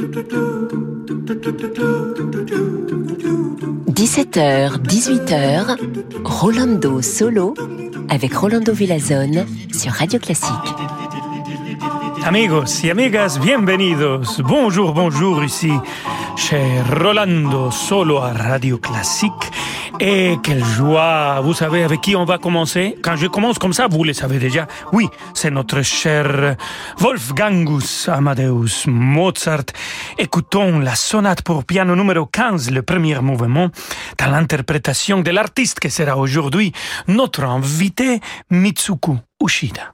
17h, 18h, Rolando Solo avec Rolando Villazone sur Radio Classique. Amigos y amigas, bienvenidos. Bonjour, bonjour, ici chez Rolando Solo à Radio Classique. Et quelle joie! Vous savez avec qui on va commencer? Quand je commence comme ça, vous le savez déjà. Oui, c'est notre cher Wolfgangus Amadeus Mozart. Écoutons la sonate pour piano numéro 15, le premier mouvement, dans l'interprétation de l'artiste qui sera aujourd'hui notre invité, Mitsuko Uchida.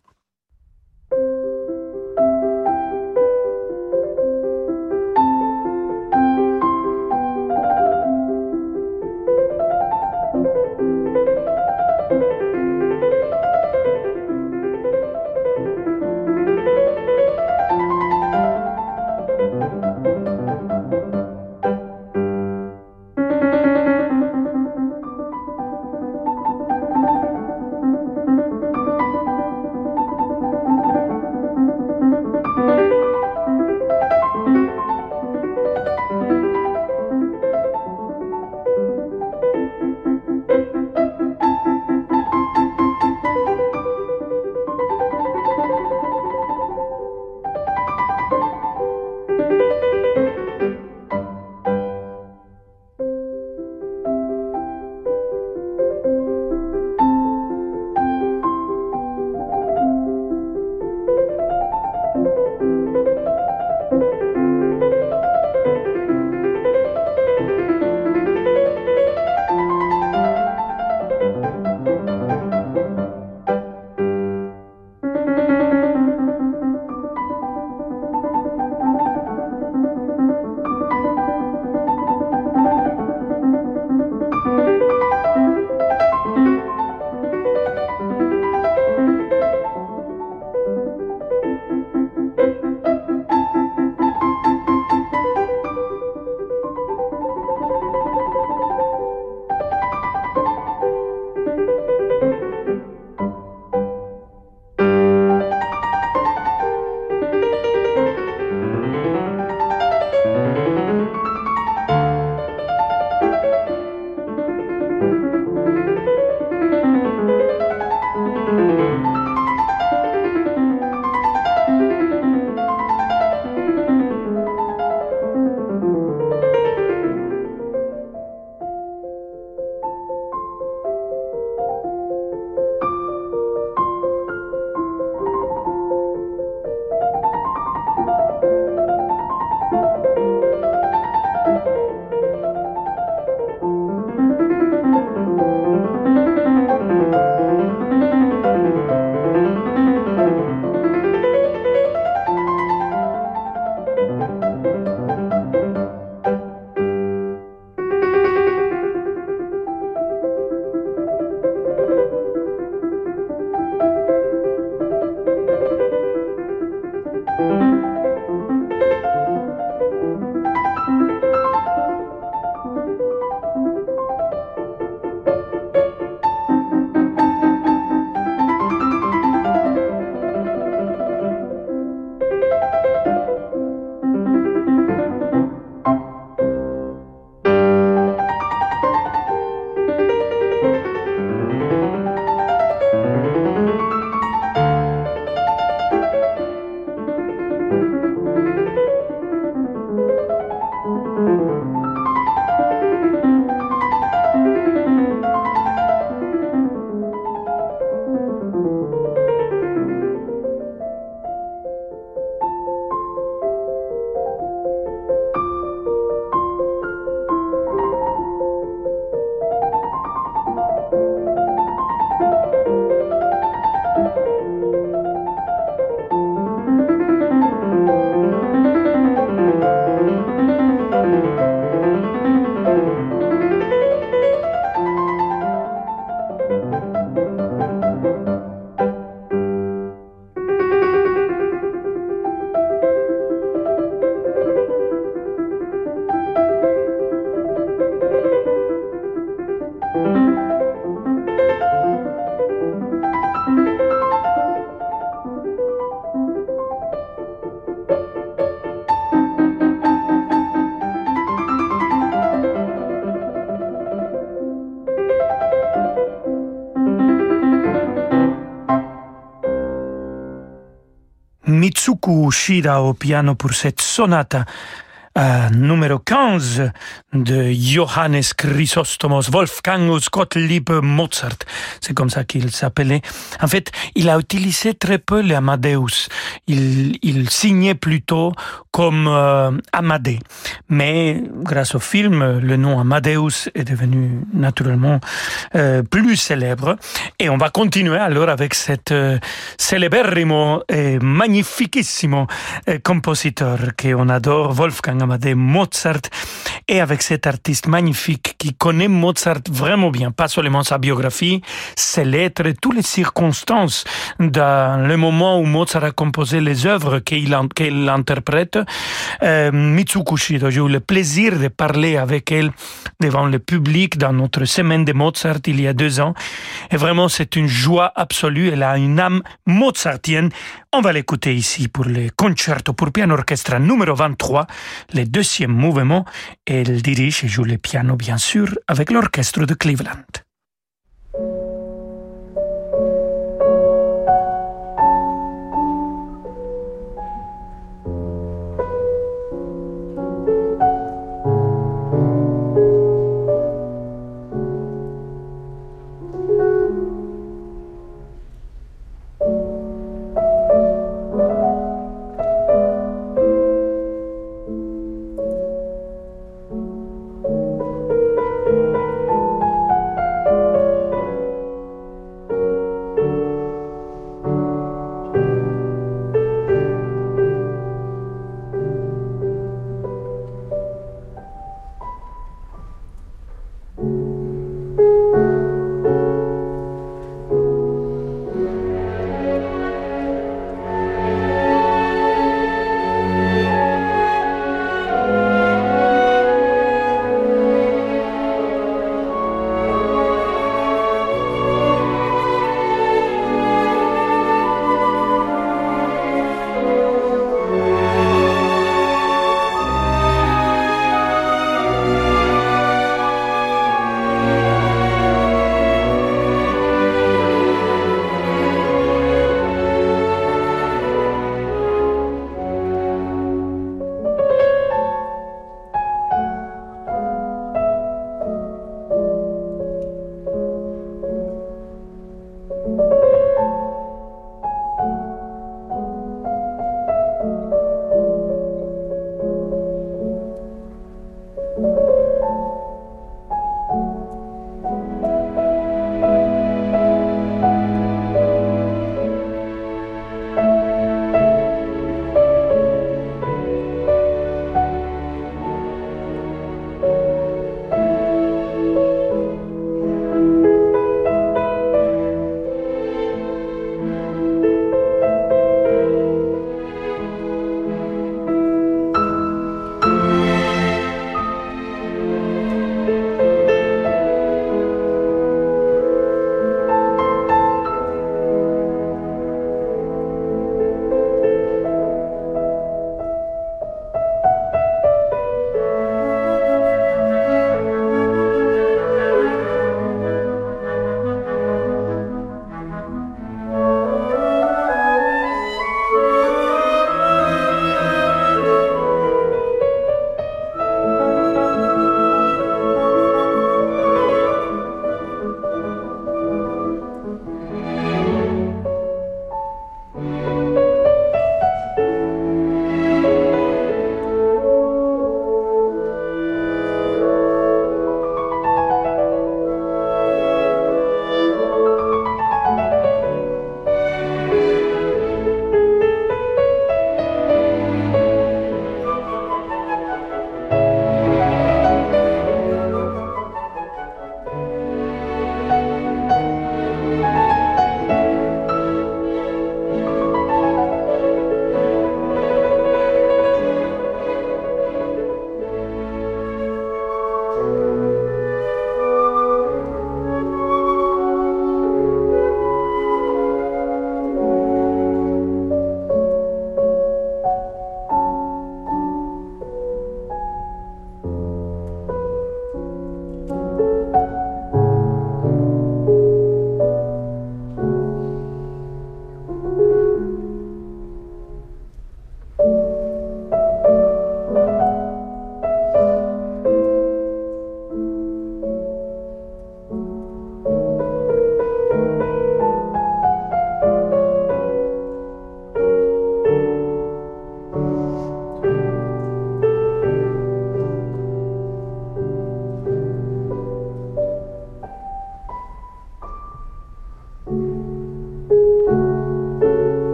Mitsuko Ushida au piano pour cette sonate numéro 15 de Johannes Chrysostomos Wolfgangus Gottlieb Mozart. C'est comme ça qu'il s'appelait. En fait, il a utilisé très peu l'Amadeus. Il signait plutôt comme Amadée. Mais grâce au film, le nom Amadeus est devenu naturellement plus célèbre. Et on va continuer alors avec cet céléberrimo et magnificissimo compositeur qu'on adore, Wolfgang Amadeus Mozart, et avec cet artiste magnifique qui connaît Mozart vraiment bien, pas seulement sa biographie, ses lettres, toutes les circonstances dans le moment où Mozart a composé les œuvres qu'il interprète. Mitsuko Ushida, j'ai eu le plaisir de parler avec elle devant le public dans notre semaine de Mozart il y a 2 ans, et vraiment c'est une joie absolue. Elle a une âme mozartienne. On va l'écouter ici pour le concerto pour piano orchestre numéro 23, le 2e mouvement. Elle dirige et joue le piano, bien sûr, avec l'orchestre de Cleveland.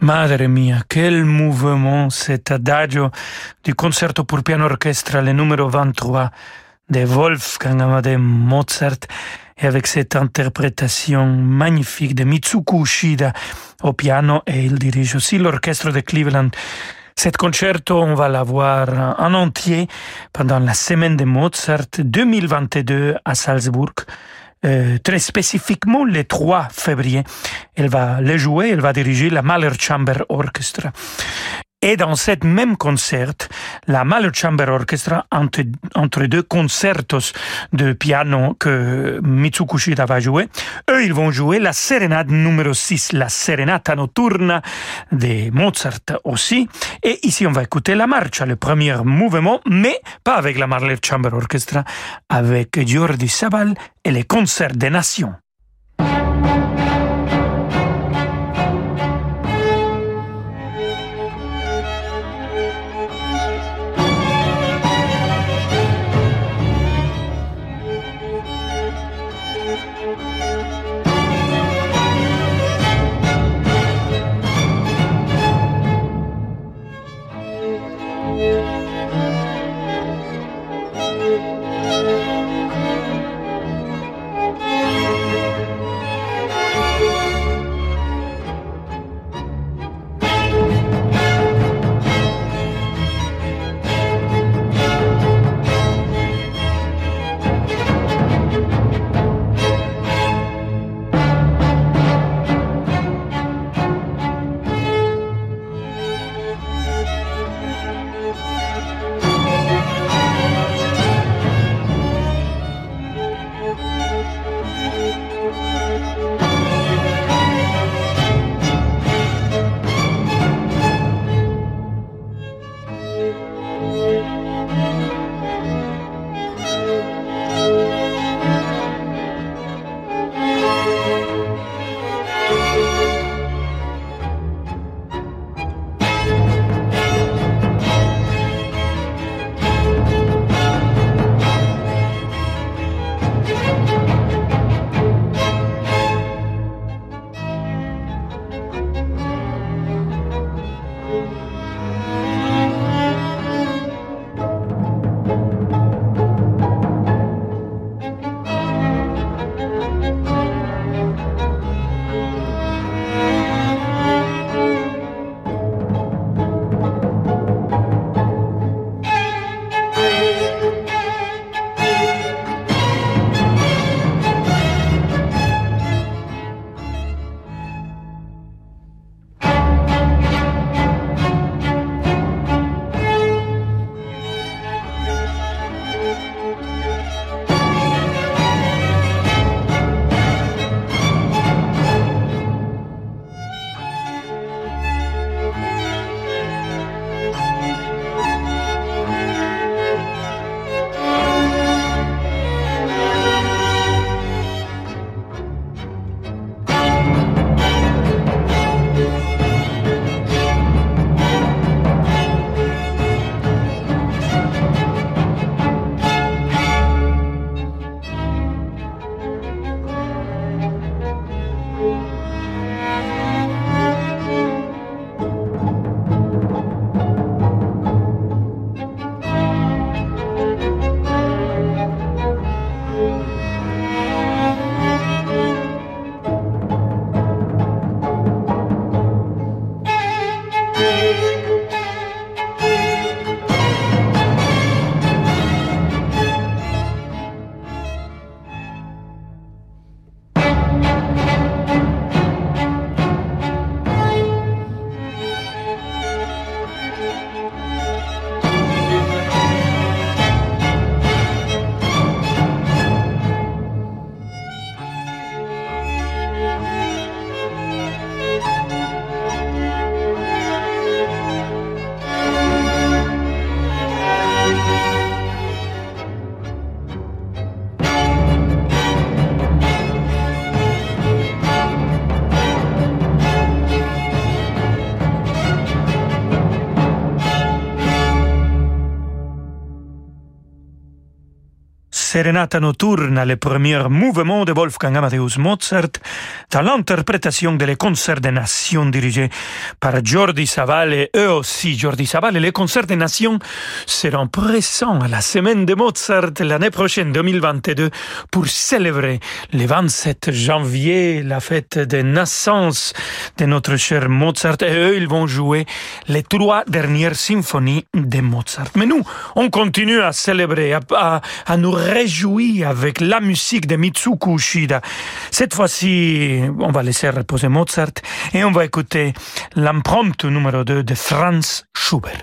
Madre mia, quel mouvement cet adagio du concerto pour piano orchestre, le numéro 23 de Wolfgang Amadeus Mozart, et avec cette interprétation magnifique de Mitsuko Uchida au piano, et il dirige aussi l'orchestre de Cleveland. Cet concerto, on va l'avoir en entier pendant la semaine de Mozart 2022 à Salzbourg. Très spécifiquement le 3 février. Elle va le jouer, elle va diriger la Mahler Chamber Orchestra. Et dans cette même concert, la Mahler Chamber Orchestra, entre deux concertos de piano que Mitsuko Uchida va jouer, eux, ils vont jouer la sérénade numéro 6, la Serenata Notturna de Mozart aussi. Et ici, on va écouter la marcha, le premier mouvement, mais pas avec la Mahler Chamber Orchestra, avec Jordi Sabal et les concerts des nations. Serenata notturna, le premier mouvement de Wolfgang Amadeus Mozart, dans l'interprétation des concerts des nations dirigés par Jordi Savall et eux aussi Jordi Savall. Et les concerts des nations seront présents à la semaine de Mozart l'année prochaine, 2022, pour célébrer le 27 janvier, la fête de naissance de notre cher Mozart. Et eux, ils vont jouer les 3 dernières symphonies de Mozart. Mais nous, on continue à célébrer, à nous réjouir avec la musique de Mitsuko Uchida. Cette fois-ci, on va laisser reposer Mozart et on va écouter l'empreinte numéro 2 de Franz Schubert.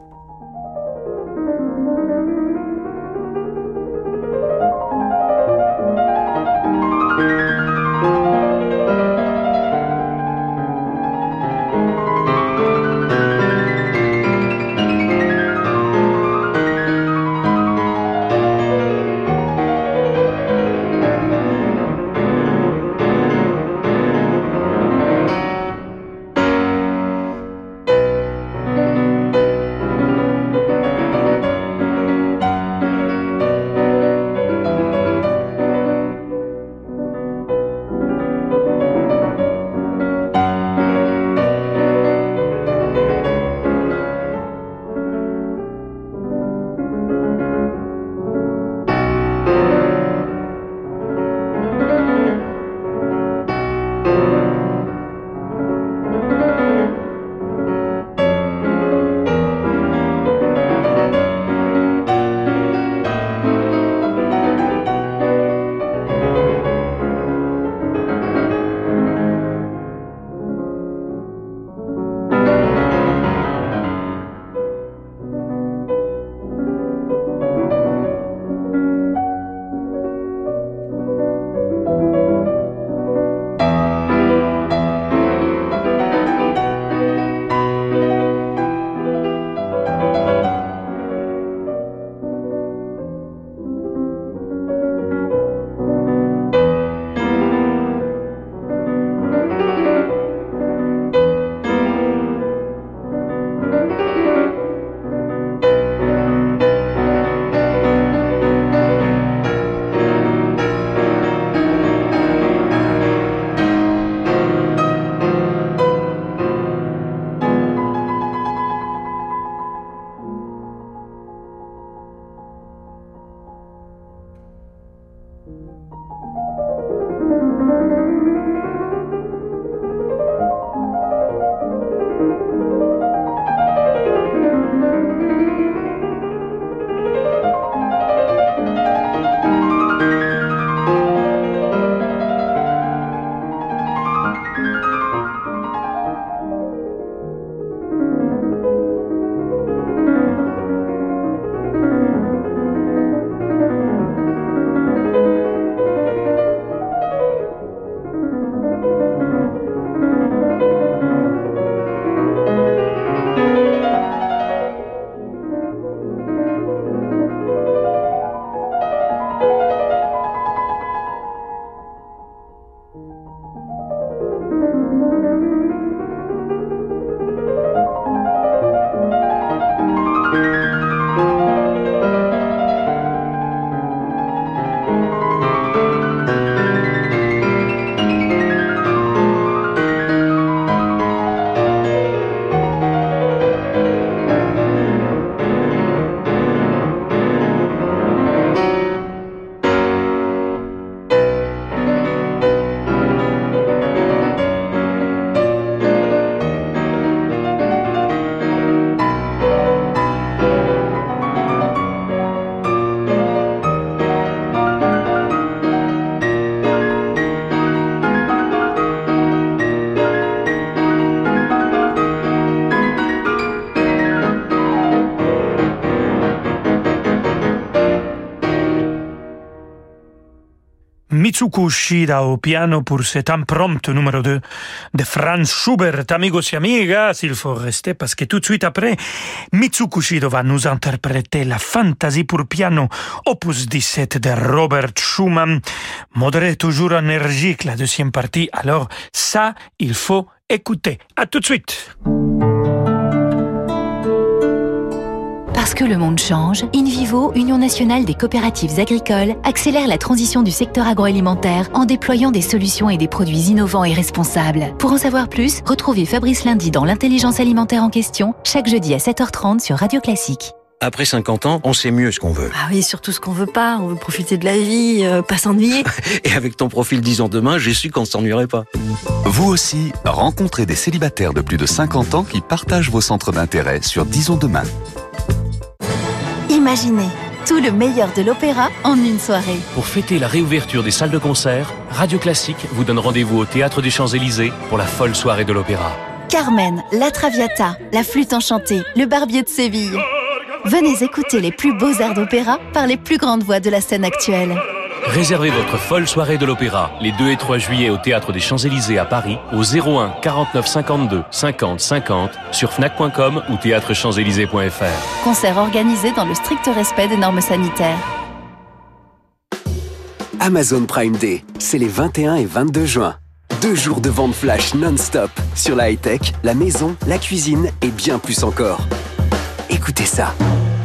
Mitsuko Uchida au piano pour cette impromptu numéro 2 de Franz Schubert. Amigos et amigas, il faut rester parce que tout de suite après, Mitsuko Uchida va nous interpréter la Fantaisie pour piano, opus 17 de Robert Schumann. Modéré, toujours énergique, la deuxième partie. Alors ça, il faut écouter. À tout de suite. Parce que le monde change, InVivo, Union nationale des coopératives agricoles, accélère la transition du secteur agroalimentaire en déployant des solutions et des produits innovants et responsables. Pour en savoir plus, retrouvez Fabrice Lundi dans l'intelligence alimentaire en question, chaque jeudi à 7h30 sur Radio Classique. Après 50 ans, on sait mieux ce qu'on veut. Ah oui, surtout ce qu'on veut pas. On veut profiter de la vie, pas s'ennuyer. Et avec ton profil 10 ans demain, j'ai su qu'on ne s'ennuierait pas. Vous aussi, rencontrez des célibataires de plus de 50 ans qui partagent vos centres d'intérêt sur Disons Demain. Imaginez tout le meilleur de l'opéra en une soirée. Pour fêter la réouverture des salles de concert, Radio Classique vous donne rendez-vous au Théâtre des Champs-Élysées pour la folle soirée de l'opéra. Carmen, La Traviata, La Flûte enchantée, Le Barbier de Séville. Venez écouter les plus beaux airs d'opéra par les plus grandes voix de la scène actuelle. Réservez votre folle soirée de l'opéra les 2 et 3 juillet au Théâtre des Champs-Élysées à Paris au 01 49 52 50 50 sur fnac.com ou théâtrechamps-élysées.fr. Concert organisé dans le strict respect des normes sanitaires. Amazon Prime Day, c'est les 21 et 22 juin. 2 jours de vente flash non-stop sur la high-tech, la maison, la cuisine et bien plus encore. Écoutez ça.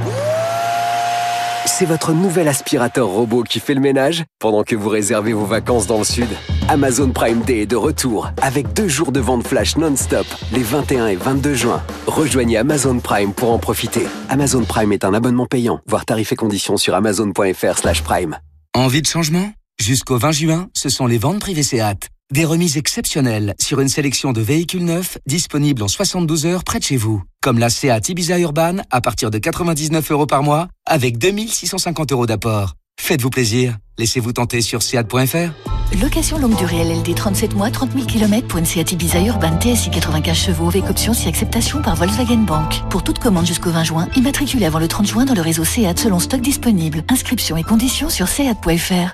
C'est votre nouvel aspirateur robot qui fait le ménage pendant que vous réservez vos vacances dans le sud. Amazon Prime Day est de retour avec 2 jours de vente flash non-stop les 21 et 22 juin. Rejoignez Amazon Prime pour en profiter. Amazon Prime est un abonnement payant. Voir tarifs et conditions sur amazon.fr/prime. Envie de changement ? Jusqu'au 20 juin, ce sont les ventes privées SEAT. Des remises exceptionnelles sur une sélection de véhicules neufs disponibles en 72 heures près de chez vous. Comme la SEAT Ibiza Urban à partir de 99 € par mois avec 2650 € d'apport. Faites-vous plaisir. Laissez-vous tenter sur seat.fr. Location longue durée LLD 37 mois, 30 000 km pour une Seat Ibiza Urban TSI 95 chevaux avec option si acceptation par Volkswagen Bank. Pour toute commande jusqu'au 20 juin, immatriculée avant le 30 juin dans le réseau Seat selon stock disponible. Inscription et conditions sur seat.fr.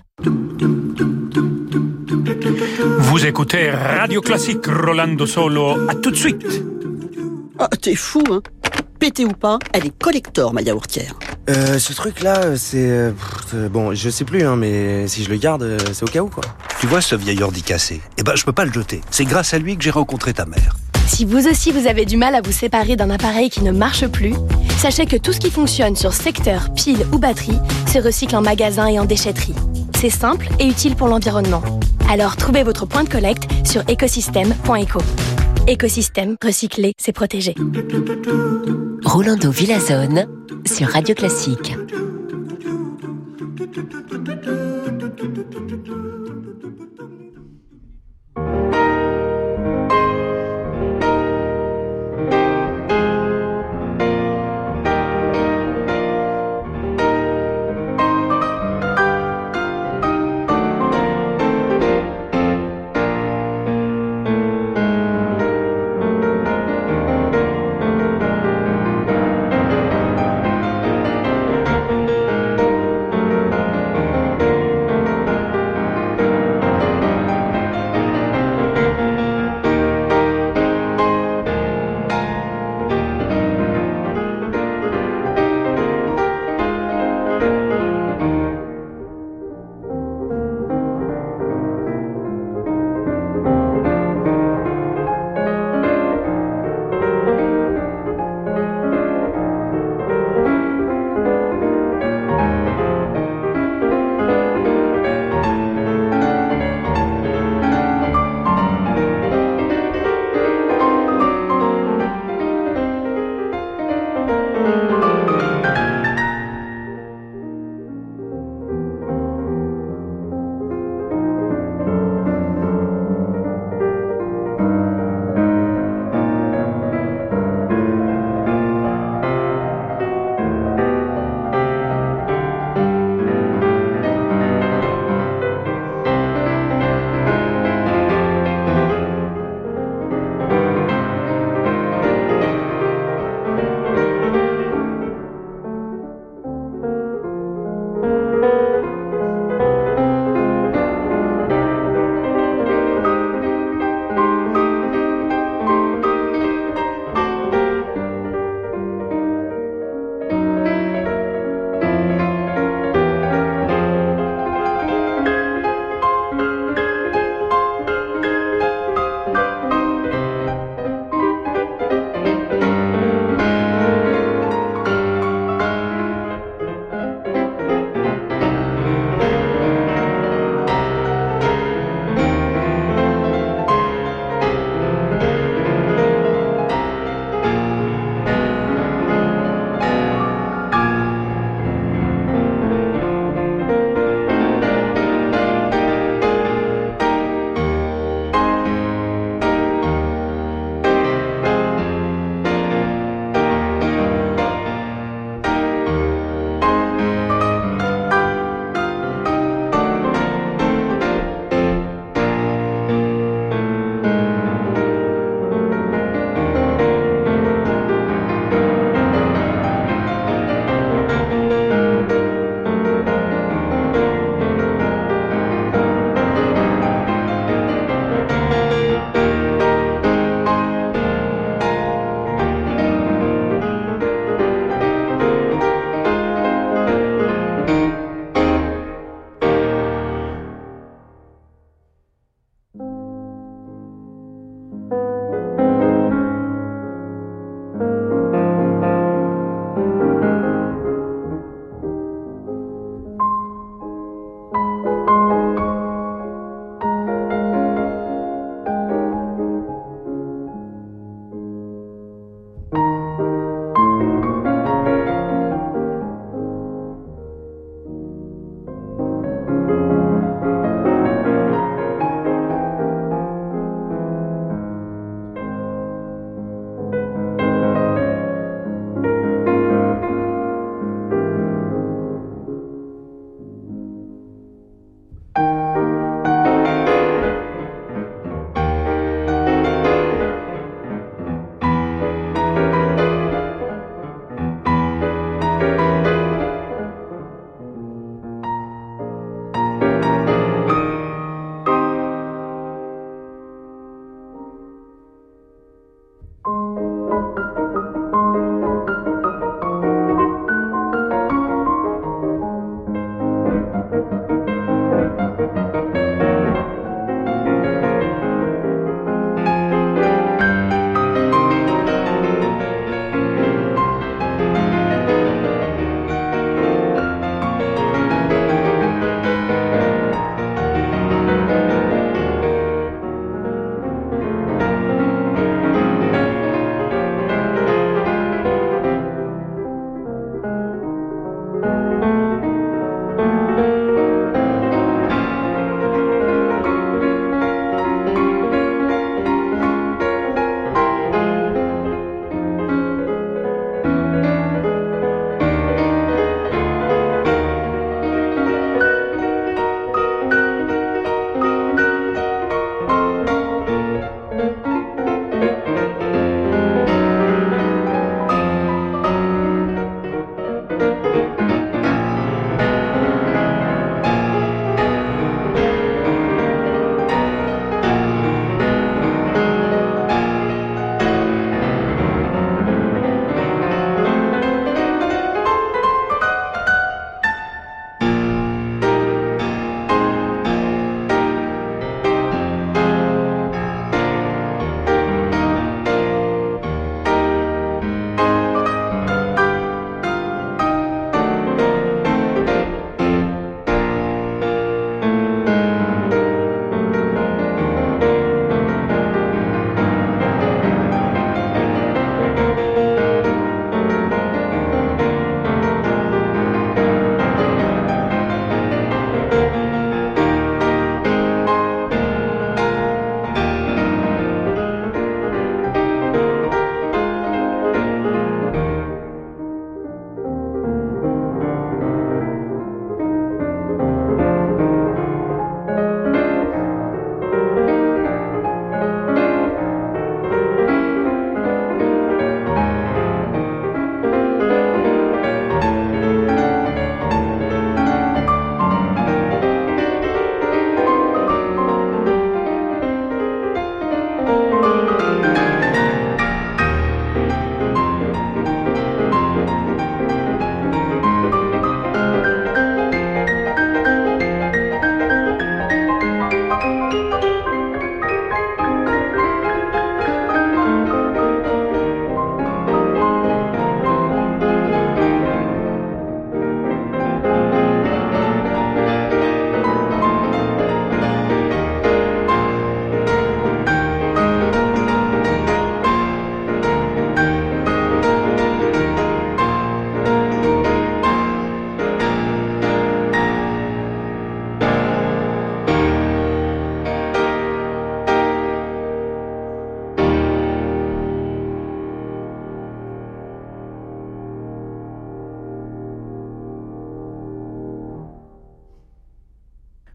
Vous écoutez Radio Classique, Rolando Solo. À tout de suite. Ah, t'es fou, hein. Pété ou pas, elle est collector, ma yaourtière. Ce truc-là, c'est... bon, je sais plus, hein, mais si je le garde, c'est au cas où, quoi. Tu vois ce vieil ordi cassé ? Eh ben, je peux pas le jeter. C'est grâce à lui que j'ai rencontré ta mère. Si vous aussi vous avez du mal à vous séparer d'un appareil qui ne marche plus, sachez que tout ce qui fonctionne sur secteur, pile ou batterie se recycle en magasin et en déchetterie. C'est simple et utile pour l'environnement. Alors trouvez votre point de collecte sur écosystème.eco. Écosystème, recycler, c'est protéger. Rolando Villazone sur Radio Classique.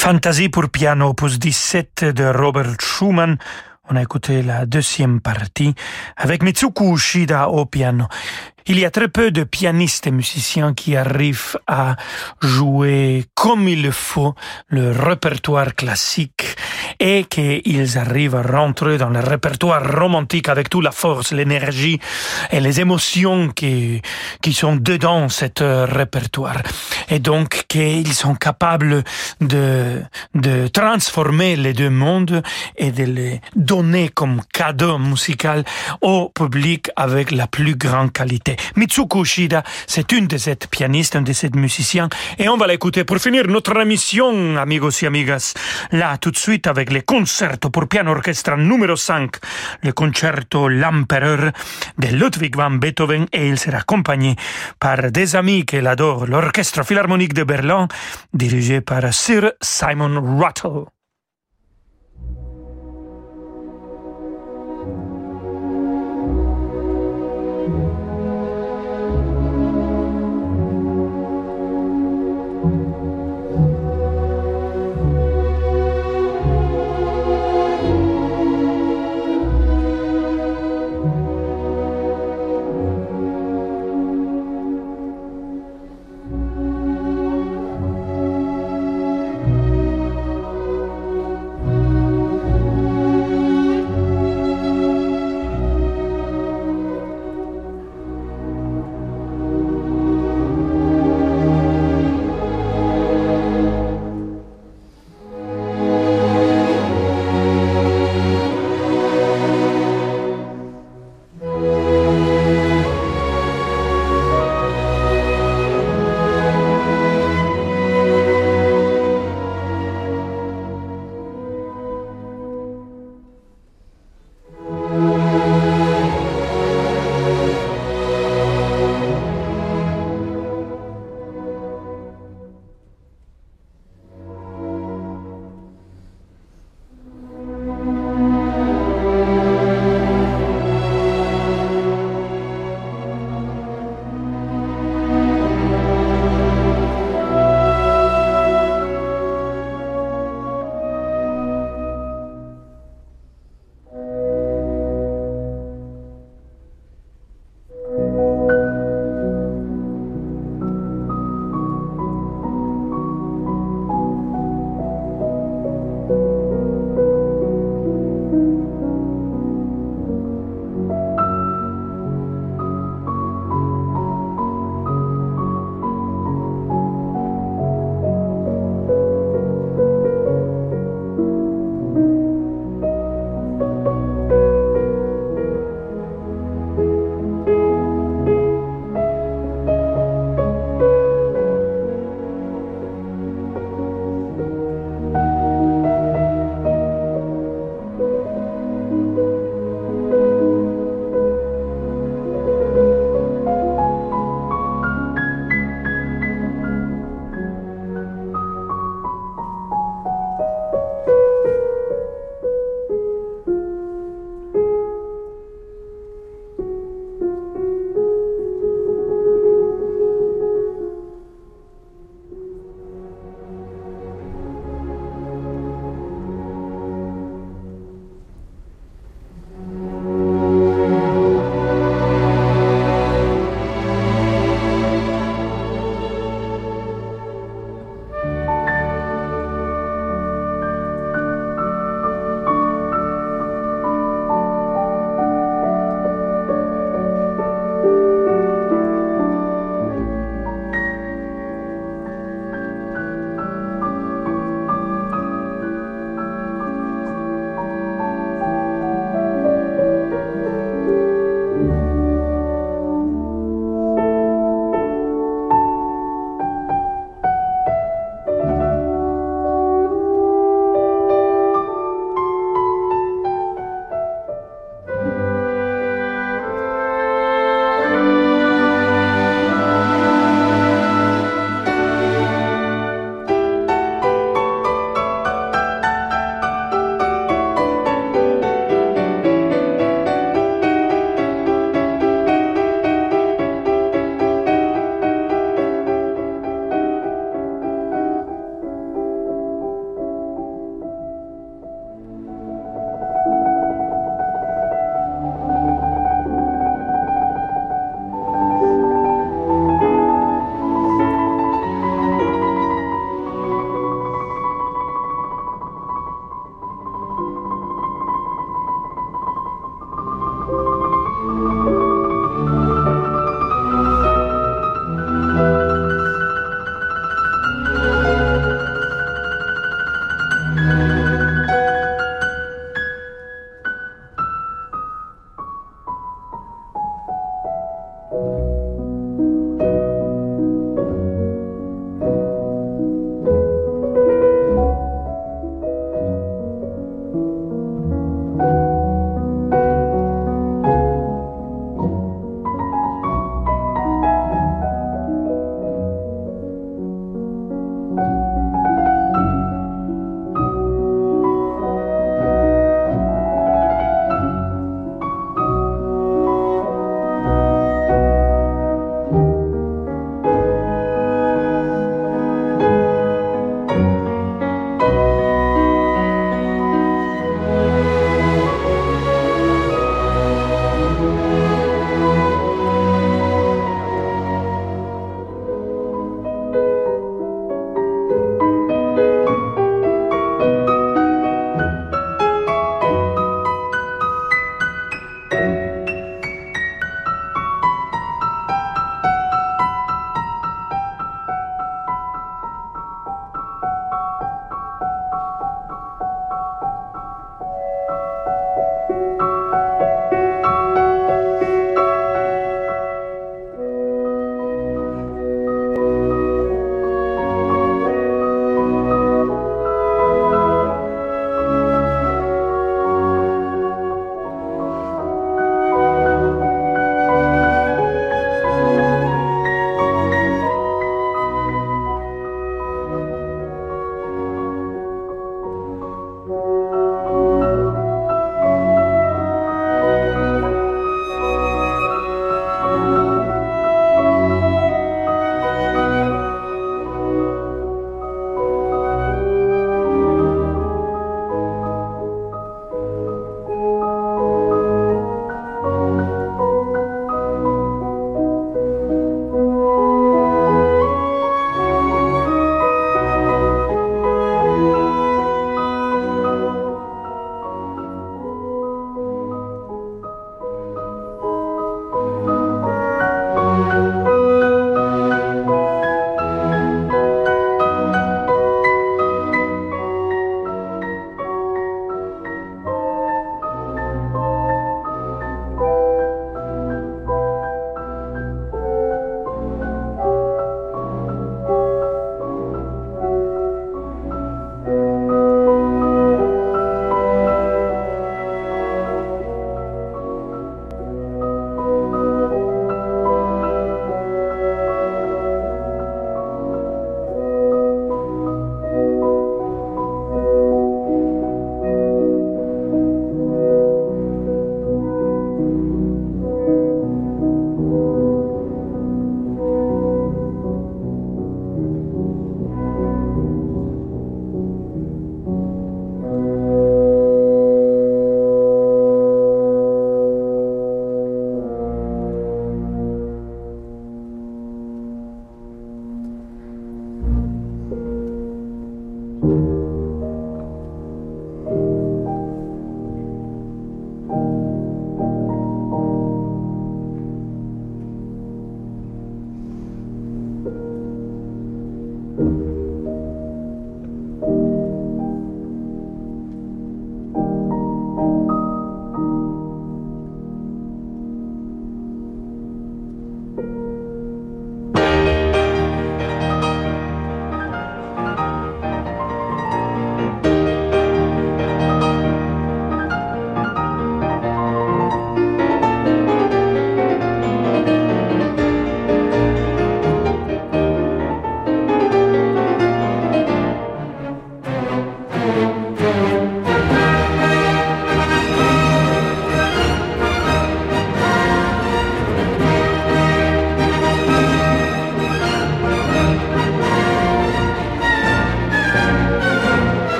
Fantasie pour piano, opus 17 de Robert Schumann. On a écouté la deuxième partie avec Mitsuko Uchida au piano. Il y a très peu de pianistes et musiciens qui arrivent à jouer comme il le faut le répertoire classique et qu'ils arrivent à rentrer dans le répertoire romantique avec toute la force, l'énergie et les émotions qui sont dedans cet répertoire. Et donc qu'ils sont capables de transformer les deux mondes et de les donner comme cadeau musical au public avec la plus grande qualité. Mitsuko Uchida, c'est une de ces pianistes, un de ces musiciens, et on va l'écouter pour finir notre émission, amigos et amigas, là tout de suite avec le concerto pour piano orchestre numéro 5, le concerto L'Empereur de Ludwig van Beethoven, et il sera accompagné par des amis qu'il adore, l'Orchestre Philharmonique de Berlin, dirigé par Sir Simon Rattle.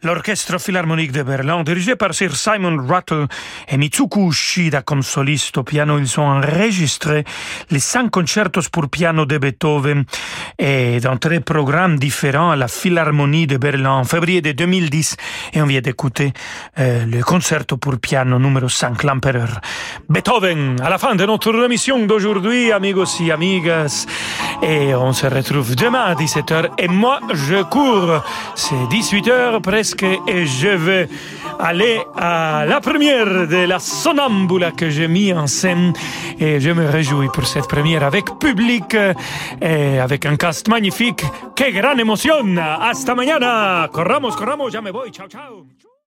L'Orchestre Philharmonique de Berlin, dirigé par Sir Simon Rattle et Mitsuko Ushida comme soliste au piano, ils ont enregistré les 5 concertos pour piano de Beethoven et dans 3 programmes différents à la Philharmonie de Berlin en février de 2010. Et on vient d'écouter le concerto pour piano numéro 5, l'Empereur Beethoven. À la fin de notre émission d'aujourd'hui, amigos et amigas, et on se retrouve demain à 17h. Et moi, je cours. C'est 18h presque et je vais aller à la première de la Sonnambula que j'ai mis en scène et je me réjouis pour cette première avec public et avec un cast magnifique. ¡Qué gran emoción! ¡Hasta mañana! Corramos, ya me voy. Ciao, ciao.